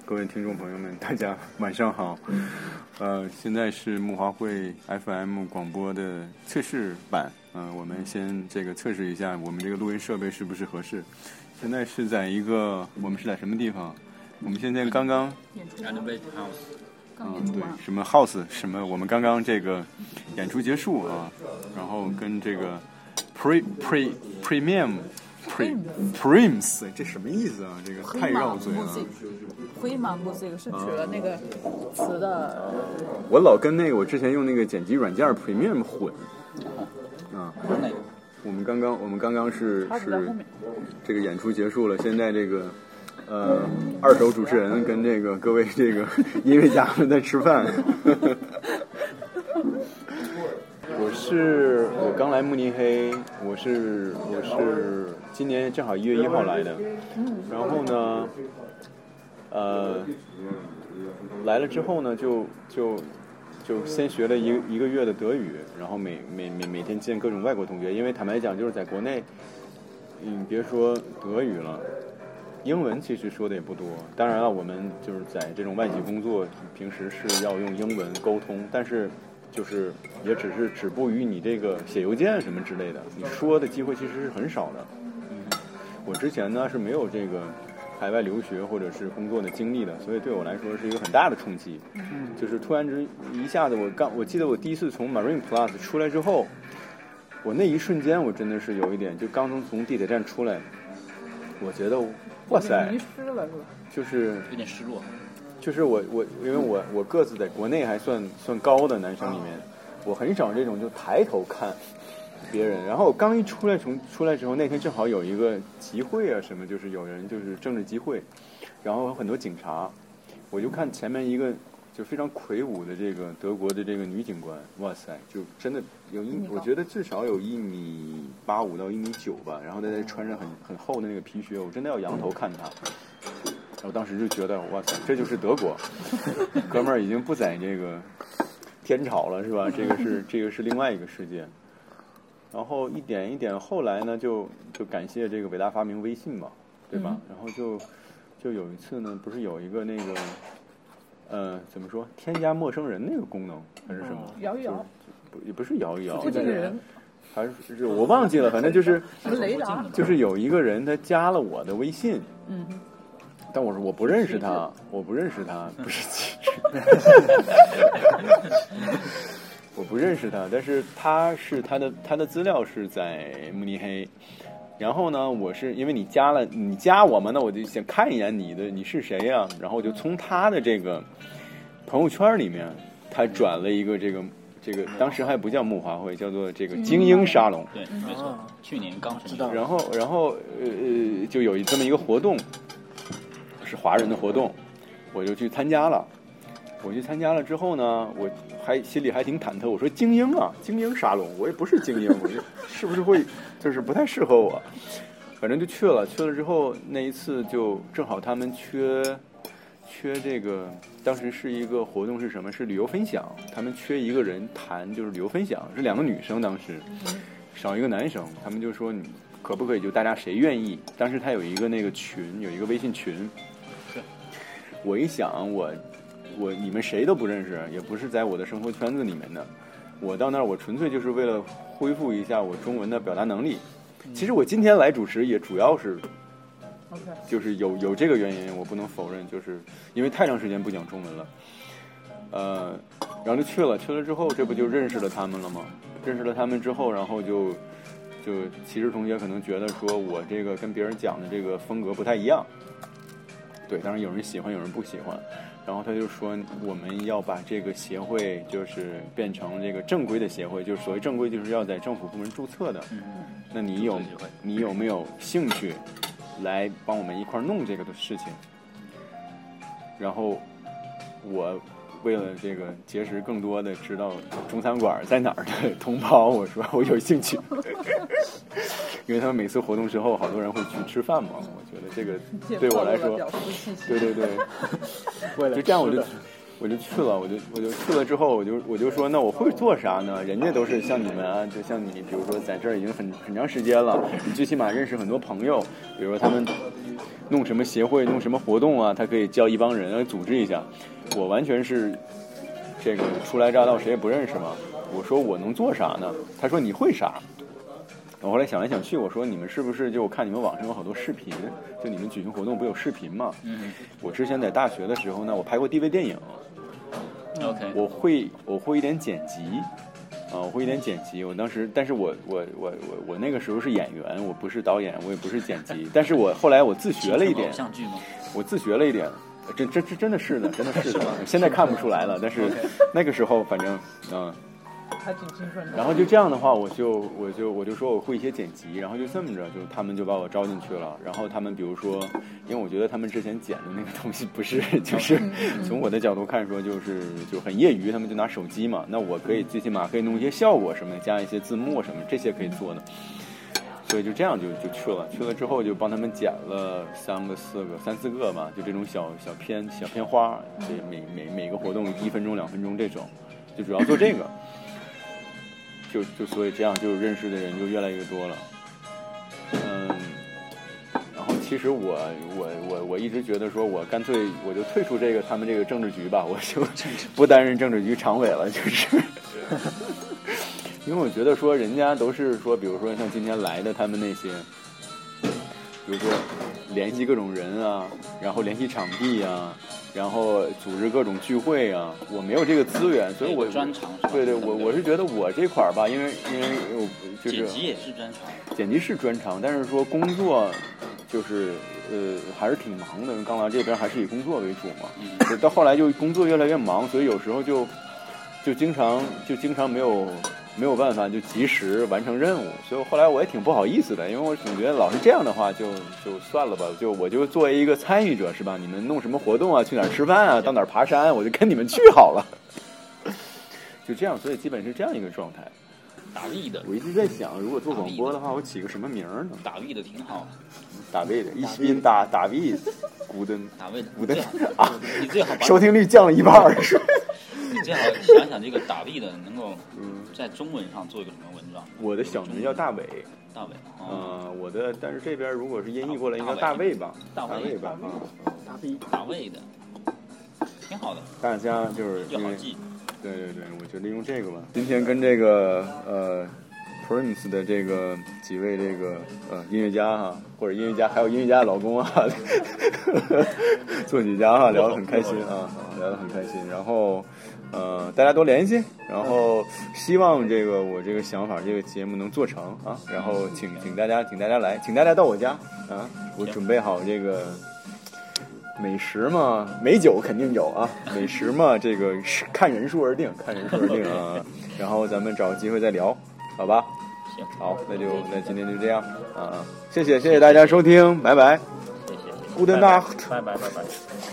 各位听众朋友们，大家晚上好。现在是木华会 FM 广播的测试版。我们先这个测试一下我们这个录音设备是不是合适。现在是在我们是在什么地方？我们现在刚刚对，什么 house 什么，我们刚刚这个演出结束啊，然后跟这个 Prims 这什么意思啊？这个太绕嘴了。 Prima Music 是取了那个词的。 我老跟我之前用那个剪辑软件 Premium 混。我们刚刚是这个演出结束了，现在这个二手主持人跟这个各位这个音乐家们在吃饭。我刚来慕尼黑，我是今年正好1月1号来的，然后呢，来了之后呢，就先学了一个月的德语，然后每天见各种外国同学，因为坦白讲，就是在国内，别说德语了，英文其实说的也不多。当然了，我们就是在这种外企工作，平时是要用英文沟通，但是就是也只是止步于你这个写邮件什么之类的，你说的机会其实是很少的。我之前呢是没有这个海外留学或者是工作的经历的，所以对我来说是一个很大的冲击。就是突然之一下子，我记得我第一次从 Marine Plus 出来之后，我那一瞬间我真的是有一点，就刚从地铁站出来，我觉得哇塞， 迷失了是吧？ 就是有点失落。 就是因为我个子在国内还算高的男生里面，我很少这种就抬头看别人。然后我刚一出来之后，那天正好有一个集会啊什么，就是有人就是政治集会，然后有很多警察，我就看前面一个就非常魁梧的这个德国的这个女警官，哇塞，就真的我觉得至少有1.85米到1.9米吧，然后她穿着很厚的那个皮靴，我真的要仰头看她。我当时就觉得哇塞，这就是德国，哥们儿已经不在这个天朝了，是吧？这个是另外一个世界。然后一点一点，后来呢，就感谢这个伟大发明微信嘛，对吧？然后就有一次呢，不是有一个那个怎么说，添加陌生人那个功能还是什么？ 摇一摇， 也不是摇一摇， 这个人还是我忘记了，反正就是雷达， 就是有一个人他加了我的微信，但我不认识他，不是我不认识他，但是他的资料是在慕尼黑。然后呢，我是因为你加我嘛，那我就想看一眼你是谁呀？然后我就从他的这个朋友圈里面，他转了一个这个当时还不叫木华会，叫做这个精英沙龙。 对，没错，去年刚知道。然后就有这么一个活动。是华人的活动，我就去参加了。我去参加了之后呢，我心里还挺忐忑。我说精英沙龙，我也不是精英，我是不是会就是不太适合我？反正就去了之后，那一次就正好他们缺这个，当时是一个活动是什么？是旅游分享，他们缺一个人谈就是旅游分享，是2个女生，当时少一个男生，他们就说你可不可以就大家谁愿意？当时他有一个那个群，有一个微信群。我一想，我你们谁都不认识，也不是在我的生活圈子里面的。我到那儿，我纯粹就是为了恢复一下我中文的表达能力。其实我今天来主持也主要是，就是有这个原因，我不能否认，就是因为太长时间不讲中文了。然后就去了之后，这不就认识了他们了吗？认识了他们之后，然后就其实同学可能觉得说我这个跟别人讲的这个风格不太一样。对，当然有人喜欢，有人不喜欢。然后他就说，我们要把这个协会就是变成这个正规的协会，就是所谓正规，就是要在政府部门注册的。那你有没有兴趣来帮我们一块弄这个的事情？然后我为了这个结识更多的知道中餐馆在哪儿的同胞，我说我有兴趣。因为他们每次活动之后，好多人会去吃饭嘛。我觉得这个对我来说，对，就这样我我就去了，我就去了之后，我就说，那我会做啥呢？人家都是像你们啊，就像你，比如说在这儿已经很长时间了，你最起码认识很多朋友，比如说他们弄什么协会、弄什么活动啊，他可以叫一帮人来组织一下。我完全是这个初来乍到，谁也不认识嘛。我说我能做啥呢？他说你会啥？我后来想来想去，我说你们是不是就我看你们网上有好多视频，就你们举行活动不有视频吗？我之前在大学的时候呢，我拍过DV电影。 OK， 我会一点剪辑，我会一点剪辑。我当时，但是我那个时候是演员，我不是导演，我也不是剪辑。但是我后来我自学了一点。 偶像剧吗？ 我自学了一点，这真的是的，真的是的。现在看不出来了，但是那个时候反正还挺青春的。 然后就这样的话，我就说我会一些剪辑，然后就这么着，就他们就把我招进去了。然后他们比如说，因为我觉得他们之前剪的那个东西不是，就是从我的角度看说，就很业余，他们就拿手机嘛。那我可以最起码可以弄一些效果什么的，加一些字幕什么这些可以做的。所以就这样就去了，去了之后就帮他们剪了3个、4个吧，就这种小片花，这每个活动1分钟2分钟这种，就主要做这个。就所以这样就认识的人就越来越多了，然后其实我一直觉得说我干脆我就退出他们这个政治局吧，我就不担任政治局常委了，就是因为我觉得说人家都是说，比如说像今天来的他们那些，比如说联系各种人啊，然后联系场地啊。然后组织各种聚会啊，我没有这个资源，所以我专长。 对，我是觉得我这块吧，因为我就是剪辑也是专长， 剪辑是专长，但是说工作就是还是挺忙的。刚来这边还是以工作为主嘛，到后来就工作越来越忙，所以有时候就经常没有办法就及时完成任务，所以后来我也挺不好意思的，因为我总觉得老是这样的话就算了吧，我就作为一个参与者是吧？你们弄什么活动啊，去哪儿吃饭啊，到哪儿爬山，我就跟你们去好了，就这样，所以基本是这样一个状态。 打 V 的， 我一直在想，如果做广播的话，我起个什么名呢？ 打 V 的挺好。 打 V 的，一宾打 V， 古登打 V 的， 古登啊，你最好收听率降了1半是。 你最好想想这个打 V 的能够在中文上做一个什么文章。 我的小名叫大伟。 大伟， 我的但是这边如果是音译过来应该大卫吧，大卫吧， 大卫的，挺好的。 大家就是又好记。 对，我就利用这个吧。今天跟这个Prince 的这个几位这个音乐家哈，或者音乐家还有音乐家的老公啊，作曲家哈，聊得很开心啊，聊得很开心。然后大家多联系，然后希望这个我这个想法这个节目能做成啊，然后请大家来，请大家到我家啊，我准备好这个美食嘛，美酒肯定有啊，美食嘛这个是看人数而定啊，然后咱们找机会再聊，好吧？ 行， 好，那今天就这样啊，谢谢大家收听，拜拜， 谢谢 Gute Nacht， 拜拜。